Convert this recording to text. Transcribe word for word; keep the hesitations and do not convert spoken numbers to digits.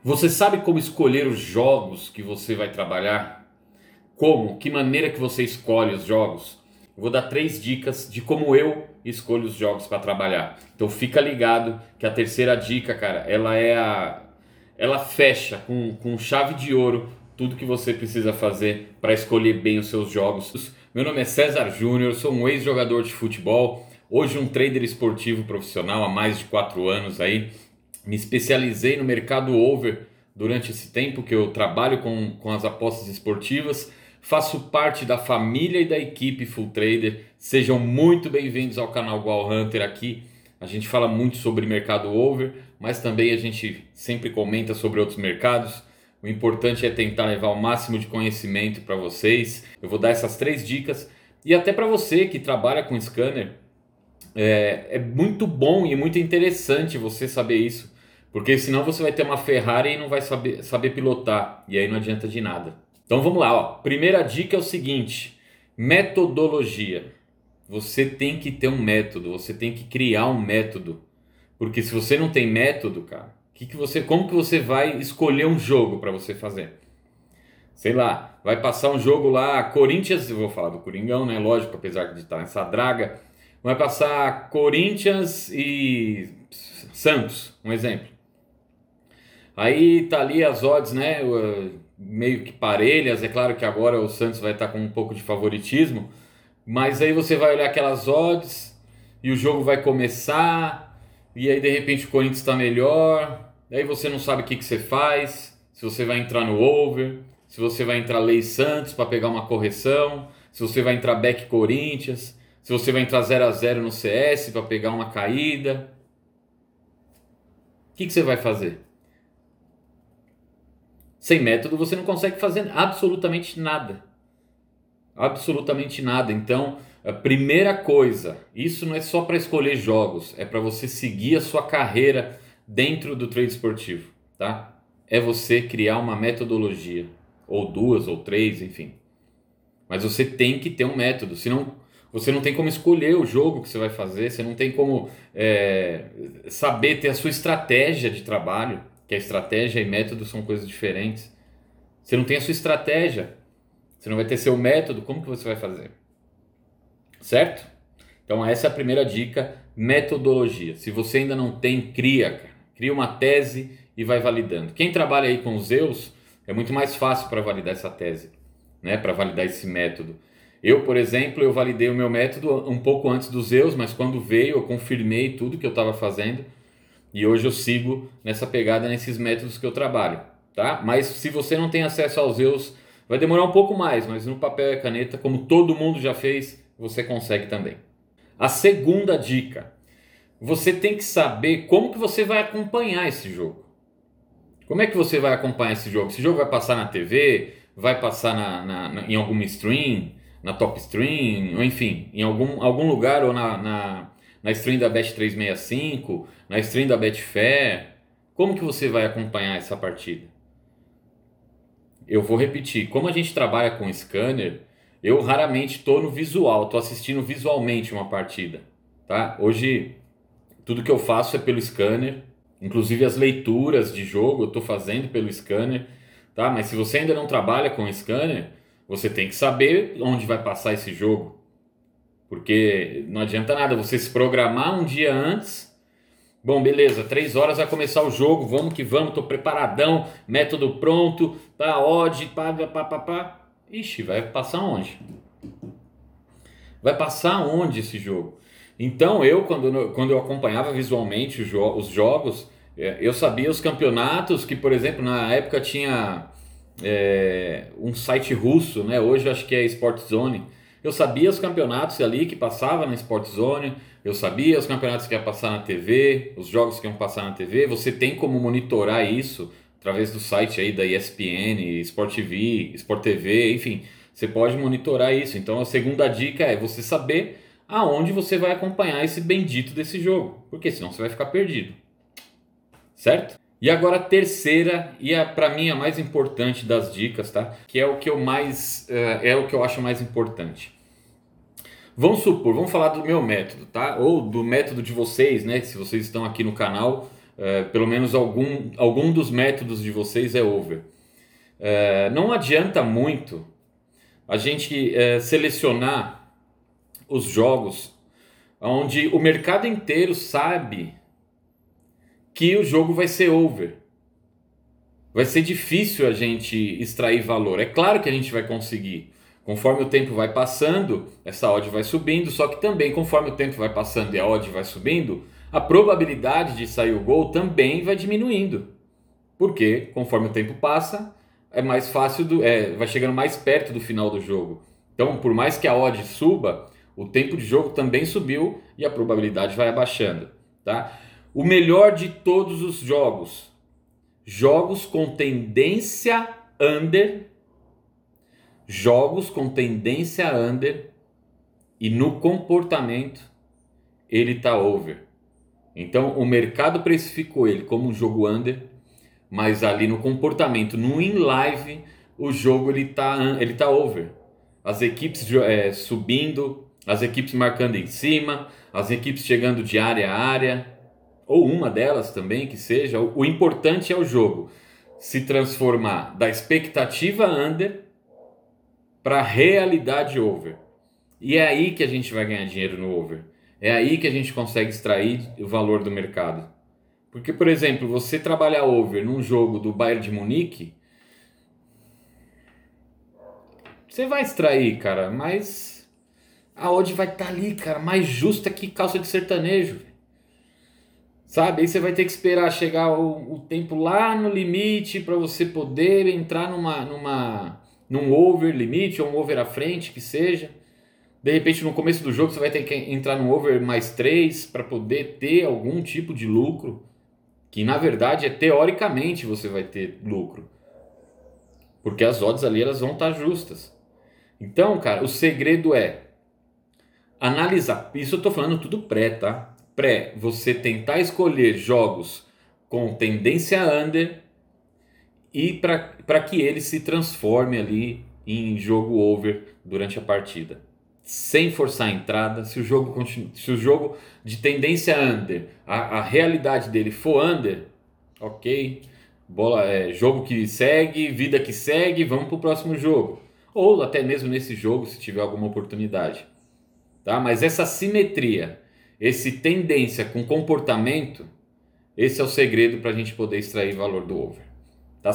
Você sabe como escolher os jogos que você vai trabalhar? Como? Que maneira que você escolhe os jogos? Eu vou dar três dicas de como eu escolho os jogos para trabalhar. Então fica ligado que a terceira dica, cara, ela é a... ela fecha com, com chave de ouro tudo que você precisa fazer para escolher bem os seus jogos. Meu nome é César Júnior, sou um ex-jogador de futebol, hoje um trader esportivo profissional há mais de quatro anos aí. Me especializei no mercado over durante esse tempo que eu trabalho com, com as apostas esportivas. Faço parte da família e da equipe Full Trader. Sejam muito bem-vindos ao canal Goal Hunter. Aqui a gente fala muito sobre mercado over, mas também a gente sempre comenta sobre outros mercados. O importante é tentar levar o máximo de conhecimento para vocês. Eu vou dar essas três dicas e até para você que trabalha com scanner, é, é muito bom e muito interessante você saber isso. Porque senão você vai ter uma Ferrari e não vai saber, saber pilotar. E aí não adianta de nada. Então vamos lá, ó. Primeira dica é o seguinte: metodologia. Você tem que ter um método, você tem que criar um método. Porque se você não tem método, cara, que que você, como que você vai escolher um jogo para você fazer? Sei lá, vai passar um jogo lá, Corinthians, eu vou falar do Coringão, né? Lógico, apesar de estar nessa draga. Vai passar Corinthians e Santos, um exemplo. Aí tá ali as odds, né, meio que parelhas. É claro que agora o Santos vai estar com um pouco de favoritismo, mas aí você vai olhar aquelas odds e o jogo vai começar, e aí de repente o Corinthians está melhor, aí você não sabe o que, que você faz, se você vai entrar no over, se você vai entrar Lei Santos para pegar uma correção, se você vai entrar back Corinthians, se você vai entrar zero a zero no C S para pegar uma caída. O que, que você vai fazer? Sem método você não consegue fazer absolutamente nada. Absolutamente nada. Então, a primeira coisa, isso não é só para escolher jogos, é para você seguir a sua carreira dentro do trade esportivo, tá? É você criar uma metodologia, ou duas, ou três, enfim. Mas você tem que ter um método, senão você não tem como escolher o jogo que você vai fazer, você não tem como é, saber ter a sua estratégia de trabalho. Que a estratégia e método são coisas diferentes. Você não tem a sua estratégia, você não vai ter seu método, como que você vai fazer? Certo? Então essa é a primeira dica, metodologia. Se você ainda não tem, cria, cara. Cria uma tese e vai validando. Quem trabalha aí com os Zeus, é muito mais fácil para validar essa tese, né? Para validar esse método. Eu, por exemplo, eu validei o meu método um pouco antes dos Zeus, mas quando veio eu confirmei tudo que eu estava fazendo. E hoje eu sigo nessa pegada, nesses métodos que eu trabalho, tá? Mas se você não tem acesso aos Zeus, vai demorar um pouco mais, mas no papel e caneta, como todo mundo já fez, você consegue também. A segunda dica, você tem que saber como que você vai acompanhar esse jogo. Como é que você vai acompanhar esse jogo? Esse jogo vai passar na T V, vai passar na, na, na, em alguma stream, na top stream, ou enfim, em algum, algum lugar ou na... na na stream da Bet trezentos e sessenta e cinco, na stream da Betfair. Como que você vai acompanhar essa partida? Eu vou repetir, como a gente trabalha com scanner, eu raramente estou no visual, estou assistindo visualmente uma partida, tá? Hoje, tudo que eu faço é pelo scanner, inclusive as leituras de jogo eu estou fazendo pelo scanner, tá? Mas se você ainda não trabalha com scanner, você tem que saber onde vai passar esse jogo. Porque não adianta nada você se programar um dia antes. Bom, beleza, três horas vai começar o jogo, vamos que vamos, tô preparadão, método pronto, tá, odd, pá, pá, pá, pá. Ixi, vai passar onde? Vai passar onde esse jogo? Então eu, quando, quando eu acompanhava visualmente os, jo- os jogos, eu sabia os campeonatos que, por exemplo, na época tinha é, um site russo, né? Hoje eu acho que é Sport Zone. Eu sabia os campeonatos ali que passava na Sport Zone, eu sabia os campeonatos que ia passar na T V, os jogos que iam passar na T V. Você tem como monitorar isso através do site aí da E S P N, Sport T V, Sport T V, enfim, você pode monitorar isso. Então a segunda dica é você saber aonde você vai acompanhar esse bendito desse jogo, porque senão você vai ficar perdido, certo? E agora a terceira e a para mim a mais importante das dicas, tá? Que é o que eu mais é, é o que eu acho mais importante. Vamos supor, vamos falar do meu método, tá? Ou do método de vocês, né? Se vocês estão aqui no canal, é, pelo menos algum, algum dos métodos de vocês é over. É, não adianta muito a gente é, selecionar os jogos onde o mercado inteiro sabe que o jogo vai ser over. Vai ser difícil a gente extrair valor. É claro que a gente vai conseguir. Conforme o tempo vai passando, essa odd vai subindo, só que também conforme o tempo vai passando e a odd vai subindo, a probabilidade de sair o gol também vai diminuindo. Porque conforme o tempo passa, é mais fácil, do, é, vai chegando mais perto do final do jogo. Então, por mais que a odd suba, o tempo de jogo também subiu e a probabilidade vai abaixando. Tá? O melhor de todos os jogos, jogos com tendência under, jogos com tendência under e no comportamento ele está over. Então o mercado precificou ele como um jogo under, mas ali no comportamento, no in live, o jogo ele está ele tá over. As equipes é, subindo, as equipes marcando em cima, as equipes chegando de área a área, ou uma delas também, que seja. O, o importante é o jogo se transformar da expectativa under para a realidade over. E é aí que a gente vai ganhar dinheiro no over. É aí que a gente consegue extrair o valor do mercado. Porque, por exemplo, você trabalhar over num jogo do Bayern de Munique, você vai extrair, cara, mas a odd vai estar tá ali, cara, mais justa que calça de sertanejo. Sabe? Aí você vai ter que esperar chegar o, o tempo lá no limite para você poder entrar numa, numa, num over limite ou um over à frente, que seja. De repente, no começo do jogo, você vai ter que entrar no over mais três para poder ter algum tipo de lucro. Que, na verdade, é teoricamente você vai ter lucro. Porque as odds ali elas vão estar justas. Então, cara, o segredo é analisar. Isso eu estou falando tudo pré, tá? Pré, você tentar escolher jogos com tendência under e para que ele se transforme ali em jogo over durante a partida. Sem forçar a entrada, se o jogo, continua, se o jogo de tendência under, a, a realidade dele for under, ok, bola, é, jogo que segue, vida que segue, vamos para o próximo jogo. Ou até mesmo nesse jogo, se tiver alguma oportunidade. Tá? Mas essa simetria, esse tendência com comportamento, esse é o segredo para a gente poder extrair valor do over.